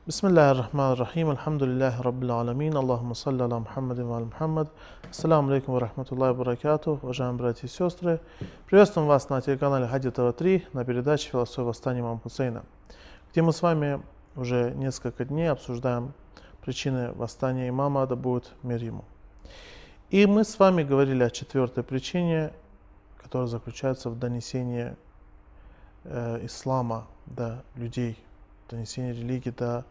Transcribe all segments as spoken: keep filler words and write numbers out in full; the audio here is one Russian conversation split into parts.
Бисмиллахи рахмани рахим, альхамдулиллахи раббил аламин, Аллахумма салли аля Мухаммадин ва аля Мухаммад. Ассаламу алейкум ва рахматуллахи ва баракатух, уважаемые братья и сестры. Приветствуем вас на телеканале Хади ТВ три на передаче «Философия восстания имама Хусейна», где мы с вами уже несколько дней обсуждаем причины восстания имама, да будет мир ему. И мы с вами говорили о четвертой причине, которая заключается в донесении э, ислама до людей, донесении религии до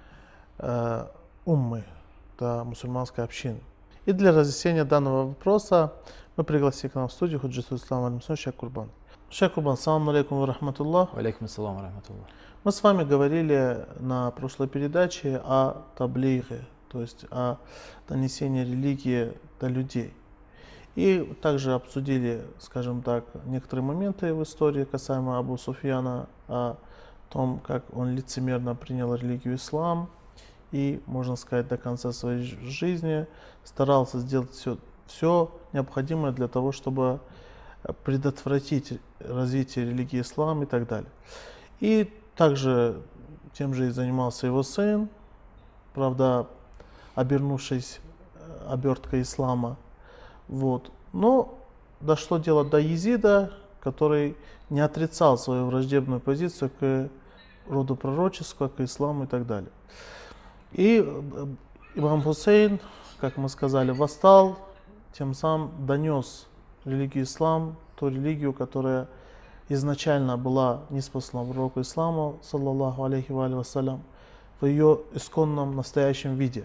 э, уммы, до мусульманской общины. И для разъяснения данного вопроса мы пригласили к нам в студию Худжатуль Ислам аль-Мусуль Шейх Курбан. Шейх Курбан, салам алейкум ва рахматуллах. Ва алейкум ассалам ва рахматуллах. Мы с вами говорили на прошлой передаче о таблиге, то есть о донесении религии до людей. И также обсудили, скажем так, некоторые моменты в истории касаемо Абу Суфьяна, о том, как он лицемерно принял религию ислам и, можно сказать, до конца своей жизни старался сделать все, все необходимое для того, чтобы предотвратить развитие религии ислам и так далее. И также тем же и занимался его сын, правда, обернувшись оберткой ислама. Вот. Но дошло дело до Езида, который не отрицал свою враждебную позицию к роду пророческого, к исламу и так далее. И имам Хусейн, как мы сказали, восстал, тем самым донес религию ислам, ту религию, которая изначально была ниспослана пророку исламу, саллаллаху алейхи ва алейхи вассалям, в ее исконном настоящем виде.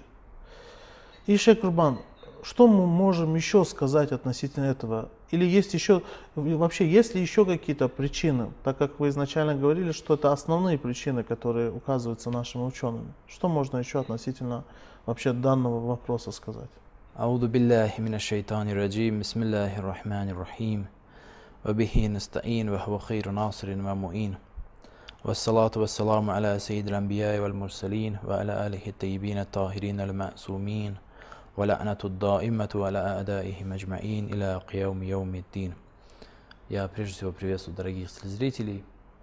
И Шейх Курбан, что мы можем еще сказать относительно этого? Или есть еще, вообще, есть ли еще какие-то причины, так как вы изначально говорили, что это основные причины, которые указываются нашими учеными? Что можно еще относительно вообще данного вопроса сказать? Ауду биллахи минаш шайтанир раджим, бисмиллахир рахманир рахим, ва бихи настаин, ва хува хейру насрин ва муин, вассалату вассаламу аля саййидил анбияи вал мурсалин, ва аля алихи таyyибин ат-тахирин аль-ма'сумин. Я прежде всего приветствую дорогих телезрителей.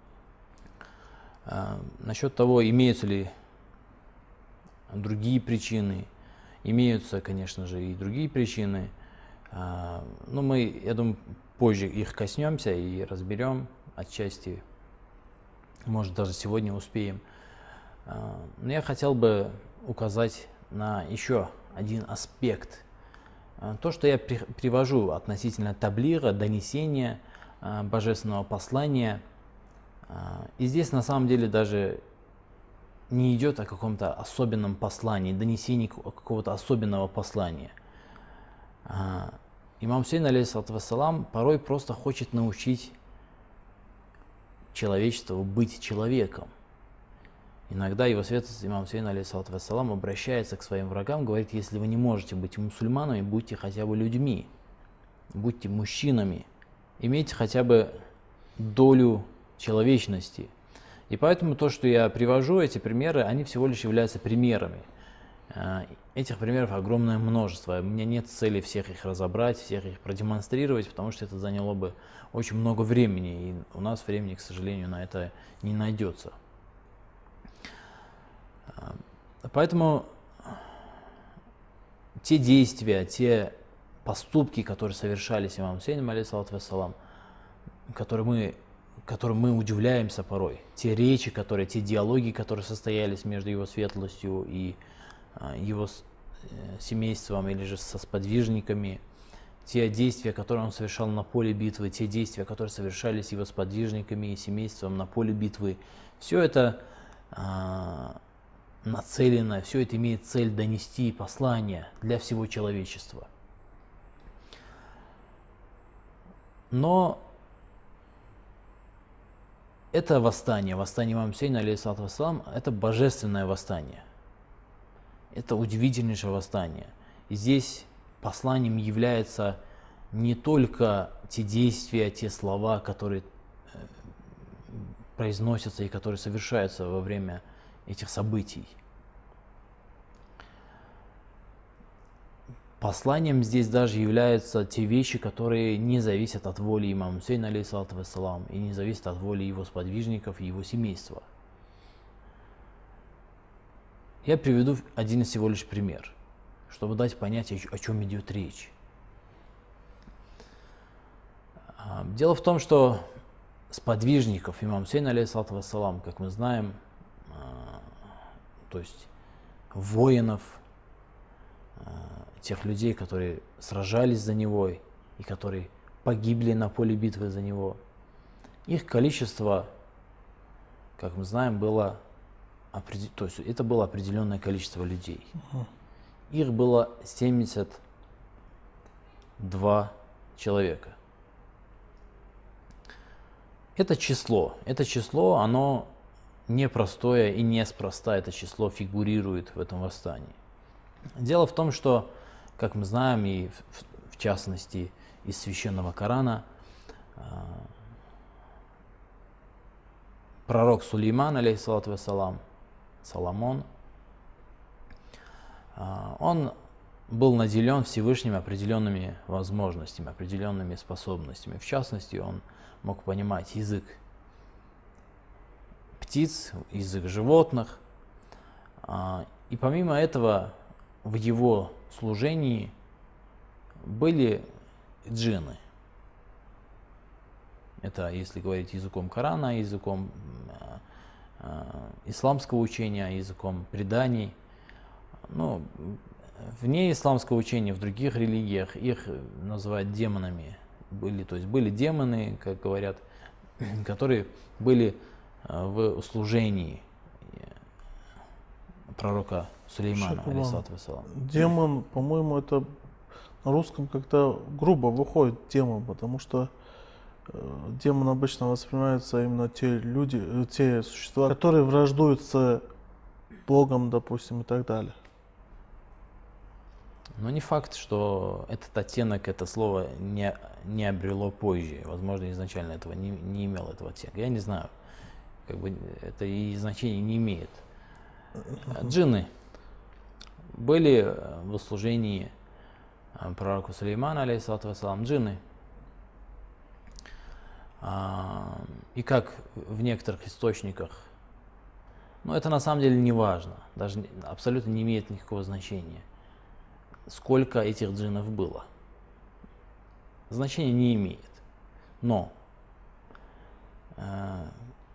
А, насчет того, имеются ли другие причины, имеются, конечно же, и другие причины. А, но мы, я думаю, позже их коснемся и разберем отчасти. Может, даже сегодня успеем. А, но я хотел бы указать на еще один аспект. То, что я привожу относительно таблига, донесения божественного послания. И здесь на самом деле даже не идет о каком-то особенном послании, донесении какого-то особенного послания. Имам Хусейн, алейхиссалату вассалам, порой просто хочет научить человечество быть человеком. Иногда его светлость имам Хусейн, алейхиссалату вассалам, обращается к своим врагам, говорит: если вы не можете быть мусульманами, будьте хотя бы людьми, будьте мужчинами, имейте хотя бы долю человечности. И поэтому то, что я привожу, эти примеры, они всего лишь являются примерами. Этих примеров огромное множество. У меня нет цели всех их разобрать, всех их продемонстрировать, потому что это заняло бы очень много времени, и у нас времени, к сожалению, на это не найдется. Поэтому те действия, те поступки, которые совершались имамом Хусейном, алейхиссалату вассалам, которые мы, которым мы удивляемся порой, те речи, которые, те диалоги, которые состоялись между его светлостью и его семейством или же со сподвижниками, те действия, которые он совершал на поле битвы, те действия, которые совершались его сподвижниками и семейством на поле битвы, все это нацелено, все это имеет цель донести послание для всего человечества. Но это восстание, восстание имама Хусейна, алейхиссалату вассалам, это божественное восстание. Это удивительнейшее восстание. И здесь посланием являются не только те действия, те слова, которые произносятся и которые совершаются во время этих событий. Посланием здесь даже являются те вещи, которые не зависят от воли имама Хусейна, алейхиссалату вассалам, и не зависят от воли его сподвижников и его семейства. Я приведу один всего лишь пример, чтобы дать понять, о чем идет речь. Дело в том, что сподвижников имам Хусейна, алейхиссалату вассалам, как мы знаем, то есть воинов, тех людей, которые сражались за него и которые погибли на поле битвы за него, их количество, как мы знаем, было, то есть это было определенное количество людей. Их было семьдесят два человека. Это число, это число, оно непростое и неспроста, это число фигурирует в этом восстании. Дело в том, что, как мы знаем, и в, в частности из священного Корана, пророк Сулейман, алейхиссалату вассалам, Соломон, он был наделен Всевышним определенными возможностями, определенными способностями. В частности, он мог понимать язык птиц, язык животных. И помимо этого, в его служении были джинны. Это, если говорить языком Корана, языком исламского учения, языком преданий. Ну, вне исламского учения, в других религиях их называют демонами. Были, то есть были демоны, как говорят, которые были в служении пророка Сулеймана, алейхиссалату вассалам. Демон, по-моему, это на русском как-то грубо выходит демон, потому что э, демон обычно воспринимаются именно те люди, э, те существа, которые враждуют с Богом, допустим, и так далее. Но не факт, что этот оттенок, это слово не, не обрело позже. Возможно, изначально этого не, не имело этого оттенка. Я не знаю. Как бы это и значения не имеет. Джинны были в служении пророку Сулеймана, алейхиссалату вассалам, джинны. И как в некоторых источниках, но это на самом деле не важно, даже абсолютно не имеет никакого значения, сколько этих джиннов было. Значения не имеет. Но э,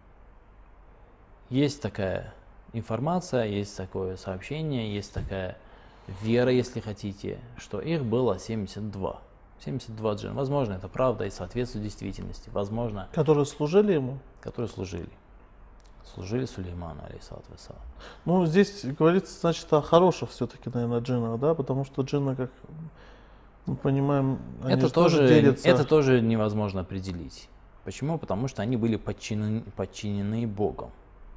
есть такая информация, есть такое сообщение, есть такая вера, если хотите, что их было семьдесят два. семьдесят два джинна. Возможно, это правда и соответствует действительности. Возможно, которые служили ему? Которые служили. Служили Сулейману, алейхиссалату вассалам. Ну, здесь говорится, значит, о хороших все-таки, наверное, джиннах, да? Потому что джинны, как мы понимаем, они это же тоже, тоже делятся. Это тоже невозможно определить. Почему? Потому что они были подчинены, подчинены Богом.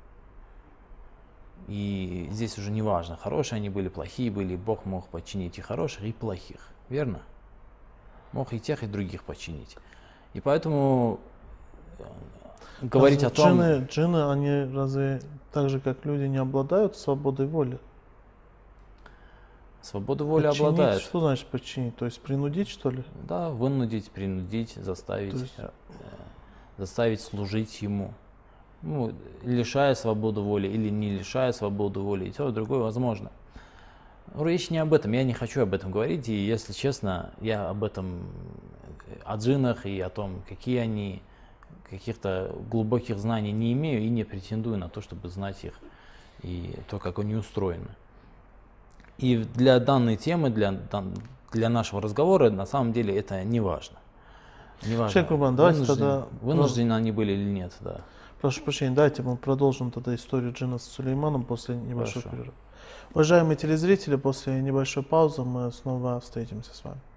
И здесь уже не важно, хорошие они были, плохие были. Бог мог подчинить и хороших, и плохих. Верно? Мог и тех, и других подчинить. И поэтому говорить разве о том... Джинны, джинны, они разве так же, как люди, не обладают свободой воли? Свободу воли подчинить, обладают. Что значит подчинить? То есть принудить, что ли? Да, вынудить, принудить, заставить, есть... э, заставить служить ему. Ну, лишая свободу воли или не лишая свободу воли, и то, и другое возможно. Но речь не об этом, я не хочу об этом говорить, и если честно, я об этом, о джиннах и о том, какие они, каких-то глубоких знаний не имею и не претендую на то, чтобы знать их и то, как они устроены. И для данной темы, для, для нашего разговора, на самом деле это не важно. Не важно, Курбан, давайте вынуждены, тогда... вынуждены они были или нет, да. Прошу прощения, давайте мы продолжим тогда историю джинна с Сулейманом после небольшого Хорошо. перерыва. Уважаемые телезрители, после небольшой паузы мы снова встретимся с вами.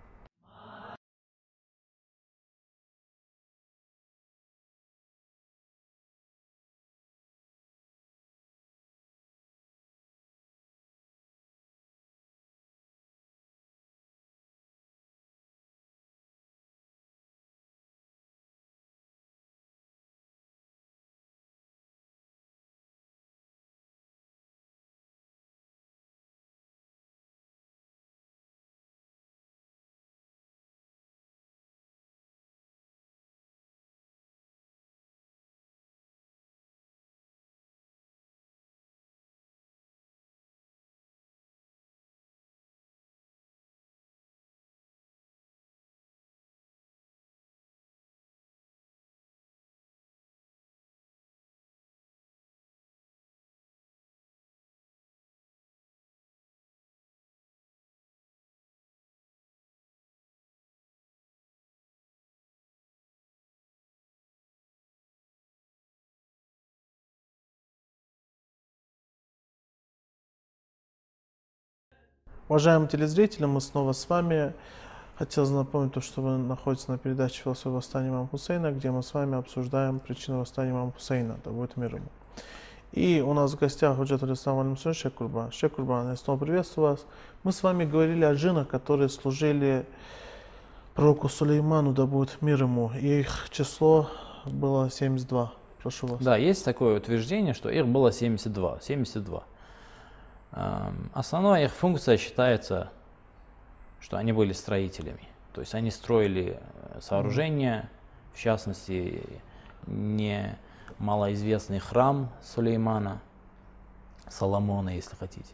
Уважаемые телезрители, мы снова с вами. Хотел напомнить, то, что вы находитесь на передаче «Философия восстания имама Хусейна», где мы с вами обсуждаем причины восстания имама Хусейна, да будет мир ему. И у нас в гостях Худжат аль-Ислам аль-Мусуль Шейх Курбан. Шейх Курбан, я снова приветствую вас. Мы с вами говорили о джиннах, которые служили пророку Сулейману, да будет мир ему. И их число было семьдесят два. Прошу вас. Да, есть такое утверждение, что их было семьдесят два. семьдесят два. Основная их функция считается, что они были строителями. То есть они строили сооружения, в частности, не малоизвестный храм Сулеймана, Соломона, если хотите.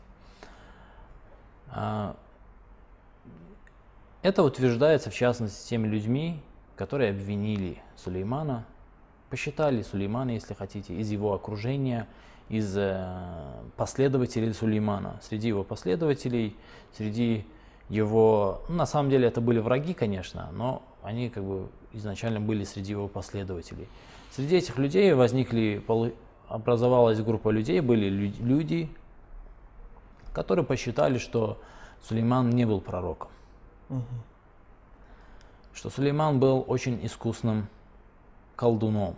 Это утверждается, в частности, теми людьми, которые обвинили Сулеймана, посчитали Сулеймана, если хотите, из его окружения, из последователей Сулеймана. Среди его последователей, среди его, ну, на самом деле это были враги, конечно, но они как бы изначально были среди его последователей. Среди этих людей возникли, образовалась группа людей, были люди, которые посчитали, что Сулейман не был пророком. Угу. Что Сулейман был очень искусным колдуном.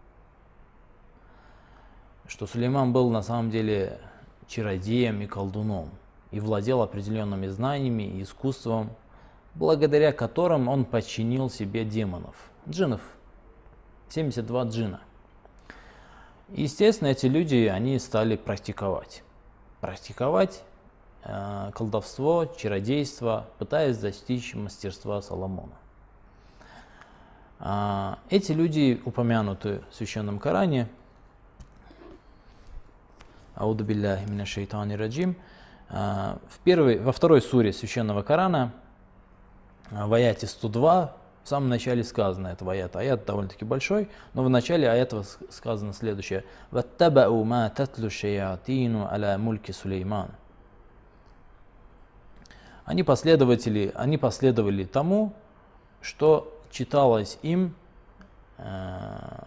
Что Сулейман был на самом деле чародеем и колдуном. И владел определенными знаниями и искусством, благодаря которым он подчинил себе демонов, джиннов, семьдесят два джинна. И, естественно, эти люди, они стали практиковать. Практиковать э, колдовство, чародейство, пытаясь достичь мастерства Соломона. Э, эти люди упомянуты в Священном Коране. Ауду билляхи минаш шайтани раджим. В первой, во второй суре Священного Корана, в аяте сто два, в самом начале сказано этого аята. Аят довольно-таки большой, но в начале аята сказано следующее. «Ваттабау ма татлу шаятину аля мульки Сулейман». Они последователи, они последовали тому, что читалось им э,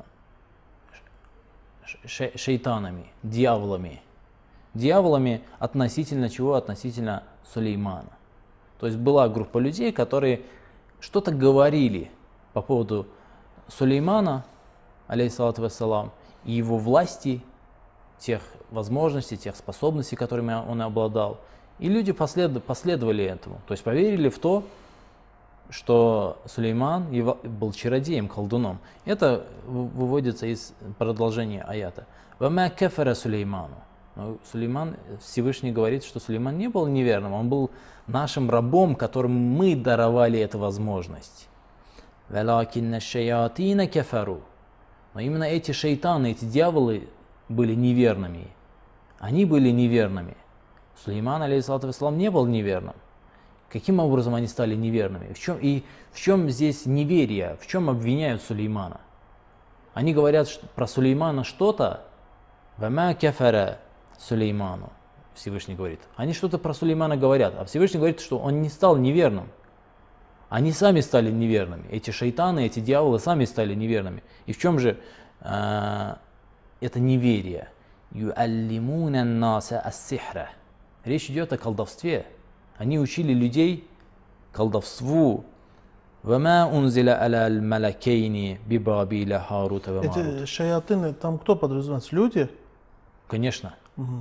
шейтанами, дьяволами. Дьяволами относительно чего? Относительно Сулеймана. То есть была группа людей, которые что-то говорили по поводу Сулеймана, алейхиссалату вассалам, и его власти, тех возможностей, тех способностей, которыми он обладал. И люди послед... последовали этому. То есть поверили в то, что Сулейман был чародеем, колдуном. Это выводится из продолжения аята. «Вама кафара Сулейману». Сулейман, Всевышний говорит, что Сулейман не был неверным, он был нашим рабом, которому мы даровали эту возможность. «Валакинна шаятина кафару». Но именно эти шейтаны, эти дьяволы были неверными. Они были неверными. Сулейман, алейхиссалату вассалам, не был неверным. Каким образом они стали неверными? В чем, и в чем здесь неверие? В чем обвиняют Сулеймана? Они говорят что, про Сулеймана что-то. «Вама кафара Сулейману», Всевышний говорит. Они что-то про Сулеймана говорят, а Всевышний говорит, что он не стал неверным. Они сами стали неверными. Эти шайтаны, эти дьяволы сами стали неверными. И в чем же э, это неверие? «Юаллимуна наса ас-сихра». Речь идет о колдовстве. Они учили людей колдовству. «Вама унзиля аля аль-малакейни бибабиля харута ва марут». Эти шаятыны, там кто подразумевается? Люди? Конечно. Угу.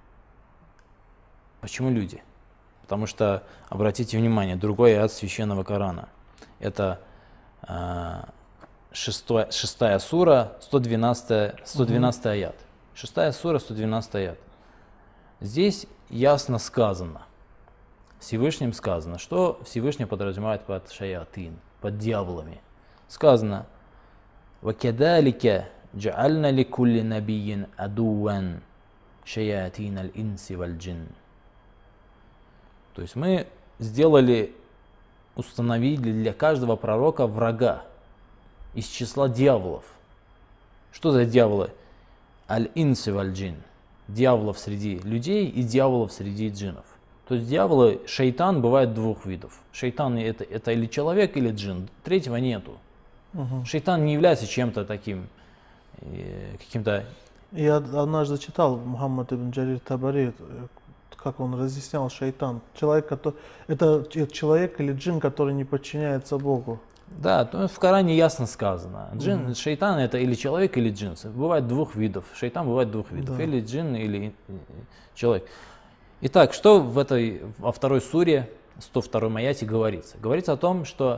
Почему люди? Потому что, обратите внимание, другой аят Священного Корана. Это э, шестой, шестая сура, сто двенадцатый, сто двенадцатый угу. аят. Шестая сура, сто двенадцатый аят. Здесь ясно сказано, Всевышним сказано, что Всевышний подразумевает под шаятин, под дьяволами. Сказано: «Вакадалика джа'альна ликулли набийин адуан шаятин аль-инси валь-джин». То есть мы сделали, установили для каждого пророка врага из числа дьяволов. Что за дьяволы? Аль-инси валь-джин. Дьяволов среди людей и дьяволов среди джиннов. То есть дьяволы, шайтан бывает двух видов. Шайтан это, это или человек, или джин. Третьего нету. Угу. Шайтан не является чем-то таким, каким-то... Я однажды читал Мухаммад ибн Джарир Табари, как он разъяснял, шайтан. Человек, который, это человек или джин, который не подчиняется Богу. Да, в Коране ясно сказано. Джин, угу. Шайтан это или человек, или джин. Бывает двух видов. Шайтан бывает двух видов. Да. Или джин, или человек. Итак, что в этой, во второй суре, сто втором аяте говорится? Говорится о том, что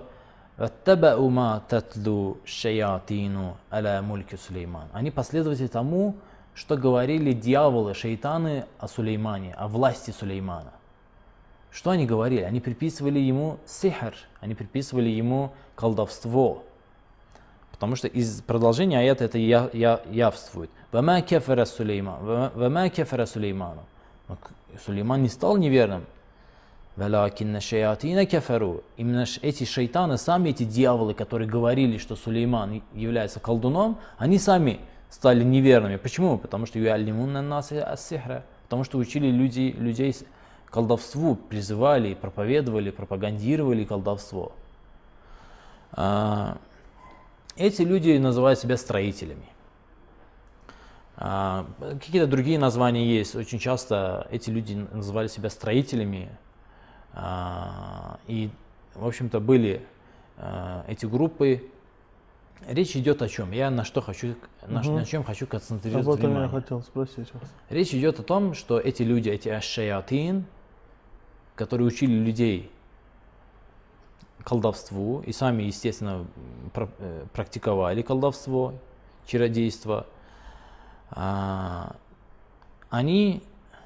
они последователи тому, что говорили дьяволы, шайтаны о Сулеймане, о власти Сулеймана. Что они говорили? Они приписывали ему сихр, они приписывали ему колдовство. Потому что из продолжения аята это я, я, явствует. «Вама кефара Сулейман». «Вама кефара Сулейману». Сулейман не стал неверным. «Валакинна шаятина кефару». Именно эти шайтаны, сами эти дьяволы, которые говорили, что Сулейман является колдуном, они сами стали неверными. Почему? Потому что юаллимунна наса ас-сихра. Потому что учили люди, людей колдовству, призывали, проповедовали, пропагандировали колдовство. Эти люди называют себя строителями. Какие-то другие названия есть. Очень часто эти люди называли себя строителями. И, в общем-то, были эти группы. Речь идет о чем? Я на что хочу, на, угу. на чем хочу концентрироваться об этом внимание. Я хотел спросить вас. Речь идет о том, что эти люди, эти аш-шаятин, которые учили людей колдовству и сами, естественно, практиковали колдовство, чародейство, они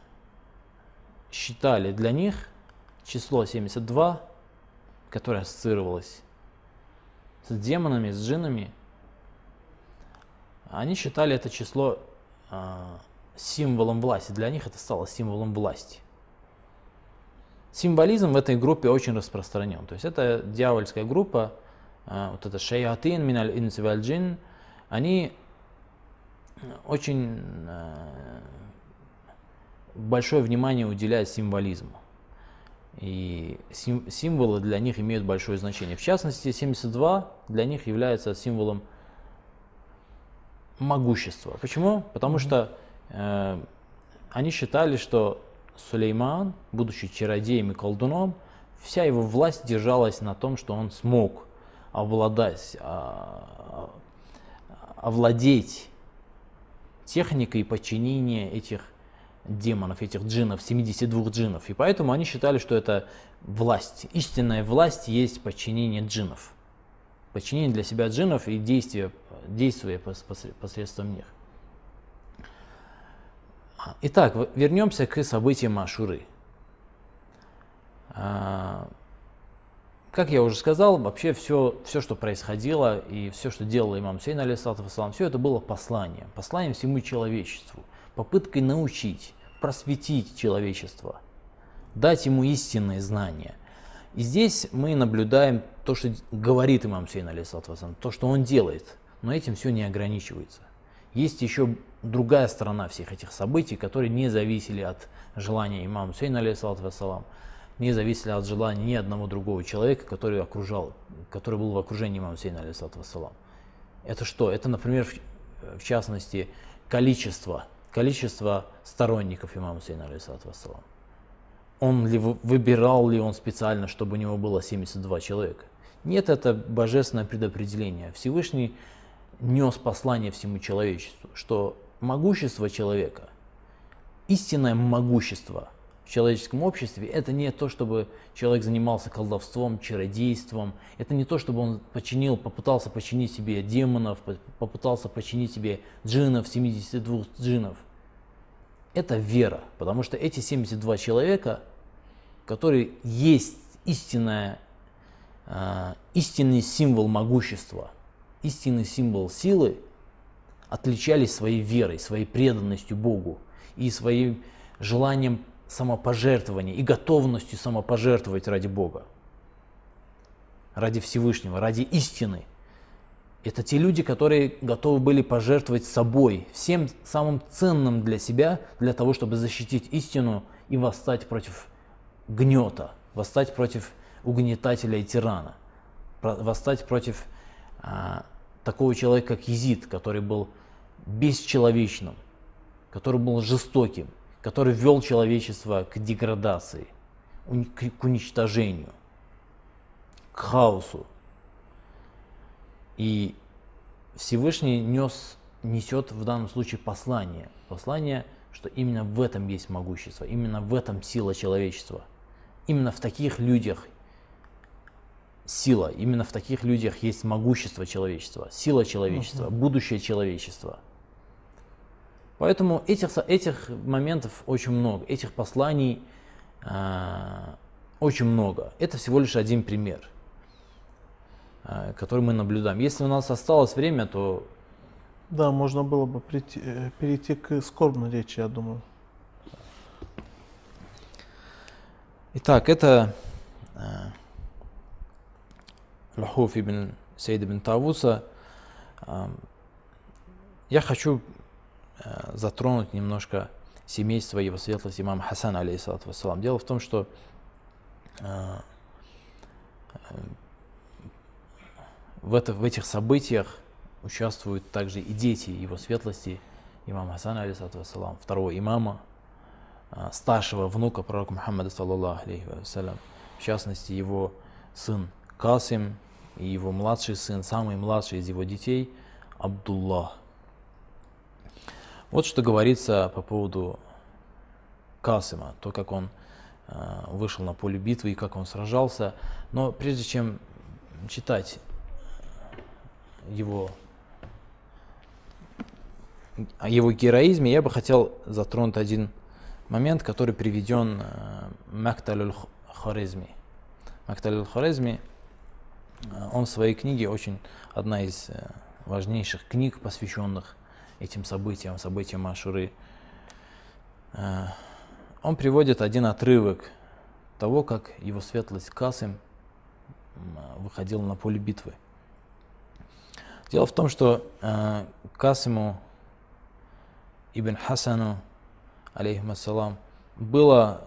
считали для них число семьдесят два, которое ассоциировалось с демонами, с джиннами, они считали это число символом власти. Для них это стало символом власти. Символизм в этой группе очень распространен. То есть это дьявольская группа, вот это шаятин миналь инси валь джин, они очень большое внимание уделяют символизму. И сим, символы для них имеют большое значение. В частности, семьдесят два для них является символом могущества. Почему? Потому mm-hmm. что э, они считали, что Сулейман, будучи чародеем и колдуном, вся его власть держалась на том, что он смог обладать, а, овладеть техникой подчинения этих демонов, этих джиннов, семидесяти двух джиннов. И поэтому они считали, что это власть. Истинная власть есть подчинение джиннов. Подчинение для себя джиннов и действие, действие посредством них. Итак, вернемся к событиям Ашуры. Как я уже сказал, вообще все, все, что происходило и все, что делал имам Хусейн, алейхиссалату вассалам, все это было посланием, посланием всему человечеству, попыткой научить, просветить человечество, дать ему истинные знания. И здесь мы наблюдаем то, что говорит имам Хусейн, алейхиссалату вассалам, то, что он делает, но этим все не ограничивается. Есть еще другая сторона всех этих событий, которые не зависели от желания имама Хусейна, алейхиссалату вассалам, не зависели от желания ни одного другого человека, который окружал, который был в окружении имама Хусейна, алейхиссалату вассалам. Это что? Это, например, в, в частности, количество, количество сторонников имама Хусейна, алейхиссалату вассалам. Он ли выбирал ли он специально, чтобы у него было семьдесят два человека? Нет, это божественное предопределение. Всевышний нес послание всему человечеству, что могущество человека, истинное могущество в человеческом обществе, это не то, чтобы человек занимался колдовством, чародейством, это не то, чтобы он починил, попытался починить себе демонов, попытался починить себе джиннов, семидесяти двух джиннов. Это вера, потому что эти семьдесят два человека, которые есть истинная, э, истинный символ могущества, истинный символ силы, отличались своей верой, своей преданностью Богу и своим желанием самопожертвования и готовностью самопожертвовать ради Бога, ради Всевышнего, ради истины. Это те люди, которые готовы были пожертвовать собой, всем самым ценным для себя, для того, чтобы защитить истину и восстать против гнета, восстать против угнетателя и тирана, восстать против а, такого человека, как Езид, который был бесчеловечным, который был жестоким, который ввел человечество к деградации, к уничтожению, к хаосу. И Всевышний нес, несет в данном случае послание. Послание, что именно в этом есть могущество, именно в этом сила человечества. Именно в таких людях сила, именно в таких людях есть могущество человечества, сила человечества, uh-huh. будущее человечества. Поэтому этих, этих моментов очень много, этих посланий э, очень много. Это всего лишь один пример, э, который мы наблюдаем. Если у нас осталось время, то... Да, можно было бы прийти, перейти к скорбной речи, я думаю. Итак, это э, Лухуф ибн Саид ибн Тавуса. Э, я хочу затронуть немножко семейство его светлости имама Хасана, алейхиссалату вассалам. Дело в том, что э, в, это, в этих событиях участвуют также и дети его светлости имама Хасана, алейхиссалату вассалам, второго имама, э, старшего внука пророка Мухаммада, саллаллаху алейхи вассалям, в частности его сын Касим и его младший сын, самый младший из его детей, Абдуллах. Вот что говорится по поводу Касима, то, как он э, вышел на поле битвы и как он сражался. Но прежде чем читать его, о его героизме, я бы хотел затронуть один момент, который приведен э, Макталь аль-Хорезми. Макталь аль-Хорезми, э, он в своей книге, очень одна из э, важнейших книг, посвященных этим событиям, событиям Ашуры. Он приводит один отрывок того, как его светлость Касим выходил на поле битвы. Дело в том, что Касиму ибн Хасану, алейхиссалам, было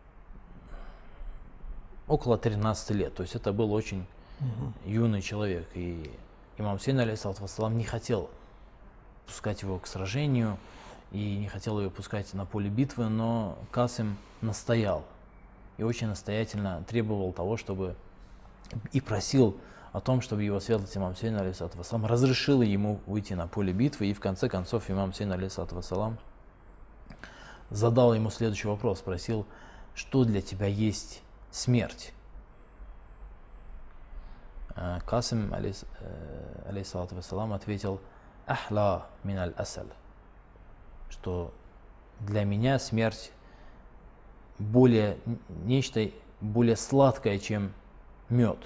около тринадцати лет, то есть это был очень угу. юный человек, и имам Хусейн, алейхиссалату вассалам, не хотел пускать его к сражению и не хотел его пускать на поле битвы, но Касим настоял и очень настоятельно требовал того, чтобы и просил о том, чтобы его светлость имам Хусейн, алейхиссалату вассалам, разрешил ему выйти на поле битвы, и в конце концов имам Хусейн, алейхиссалату вассалам, задал ему следующий вопрос, спросил, что для тебя есть смерть? Касим, алейхиссалату вассалам, ответил, ахла мин аль-асаль, что для меня смерть более, нечто более сладкое, чем мед.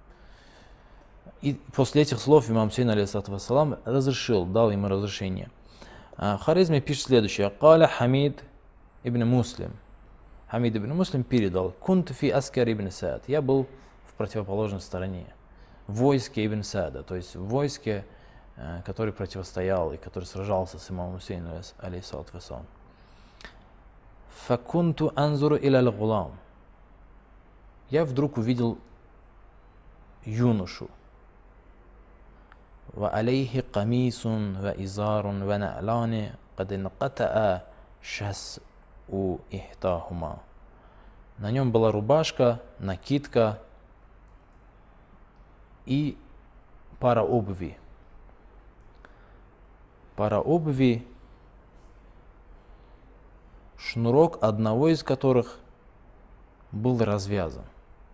И после этих слов имам Хусейн, алейхиссалату вассалам, разрешил, дал ему разрешение. В Хорезме пишет следующее. Каля Хамид ибн Муслим. Хамид ибн Муслим передал. Кунт фи аскар ибн Саад. Я был в противоположной стороне, в войске ибн Саада, то есть в войске, который противостоял и который сражался с имамом Хусейном, алейхиссалату вассалам. Факунту анзуру иля аль-гулам. Я вдруг увидел юношу. Ва алейхи камисун ва изарун ва на'лани кад инкатаа шас'у ихтахума. На нем была рубашка, накидка и пара обуви. Пара обуви, шнурок одного из которых был развязан.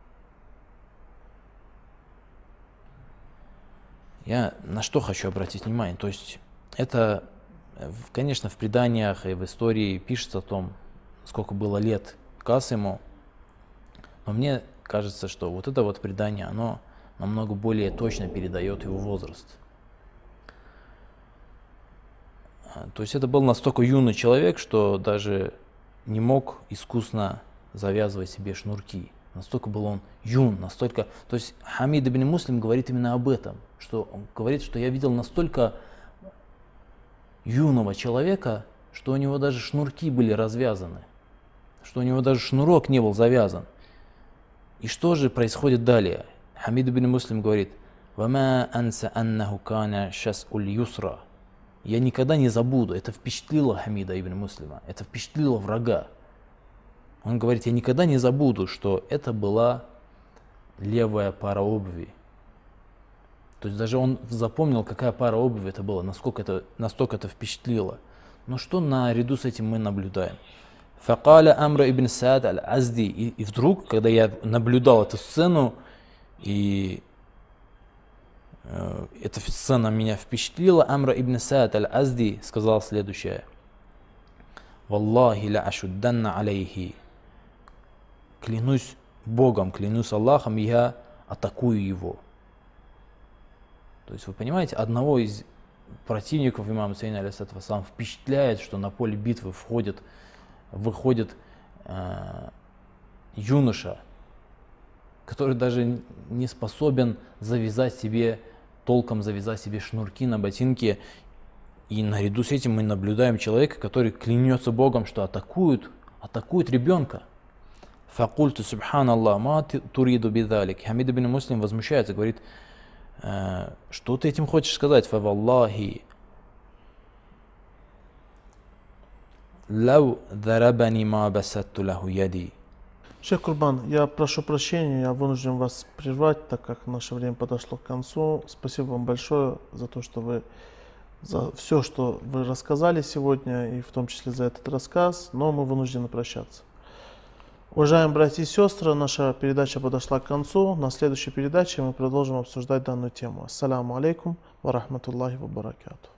Я на что хочу обратить внимание, то есть это, конечно, в преданиях и в истории пишется о том, сколько было лет Касиму, но мне кажется, что вот это вот предание, оно намного более точно передает его возраст. То есть это был настолько юный человек, что даже не мог искусно завязывать себе шнурки. Настолько был он юн, настолько... То есть Хамид ибн Муслим говорит именно об этом, что он говорит, что я видел настолько юного человека, что у него даже шнурки были развязаны, что у него даже шнурок не был завязан. И что же происходит далее? Хамид ибн Муслим говорит, «Вама анса аннаху кана шас'уль юсра». Я никогда не забуду. Это впечатлило Хамида ибн Муслима. Это впечатлило врага. Он говорит, я никогда не забуду, что это была левая пара обуви. То есть даже он запомнил, какая пара обуви это была, насколько это, настолько это впечатлило. Но что наряду с этим мы наблюдаем? Факаля Амр ибн Саад аль-Азди. И, и вдруг, когда я наблюдал эту сцену, и э, эта сцена меня впечатлила, Амр ибн Саад аль-Азди сказал следующее. Валлахи ла ашудданна алейхи. Клянусь Богом, клянусь Аллахом, я атакую его. То есть вы понимаете, одного из противников имама Хусейна алейхиссалату вассалам впечатляет, что на поле битвы входит, выходит э, юноша, который даже не способен завязать себе, толком завязать себе шнурки на ботинке. И наряду с этим мы наблюдаем человека, который клянется Богом, что атакует, атакует ребенка. Факульту субханаллах, ма туриду бидалик. Хамид ибн Муслим возмущается, говорит, что ты этим хочешь сказать? Фаваллахи лау дарабани ма басатту лаху яди. Шейх Курбан, я прошу прощения, я вынужден вас прервать, так как наше время подошло к концу. Спасибо вам большое за то, что вы, за все, что вы рассказали сегодня, и в том числе за этот рассказ, но мы вынуждены прощаться. Уважаемые братья и сестры, наша передача подошла к концу. На следующей передаче мы продолжим обсуждать данную тему. Ассаляму алейкум ва рахматуллахи ва баракату.